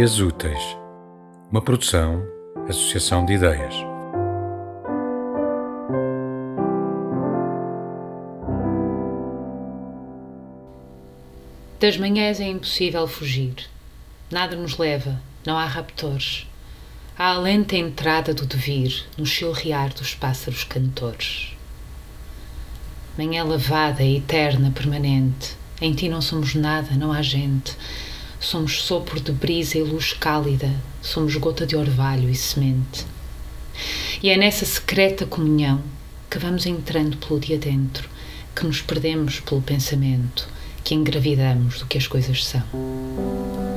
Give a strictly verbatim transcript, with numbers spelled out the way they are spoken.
Dias Úteis, uma produção, associação de ideias. Das manhãs é impossível fugir. Nada nos leva, não há raptores. Há a lenta entrada do devir no chilrear dos pássaros cantores. Manhã lavada, eterna, permanente. Em ti não somos nada, não há gente. Somos sopro de brisa e luz cálida. Somos gota de orvalho e semente. E é nessa secreta comunhão que vamos entrando pelo dia dentro, que nos perdemos pelo pensamento, que engravidamos do que as coisas são.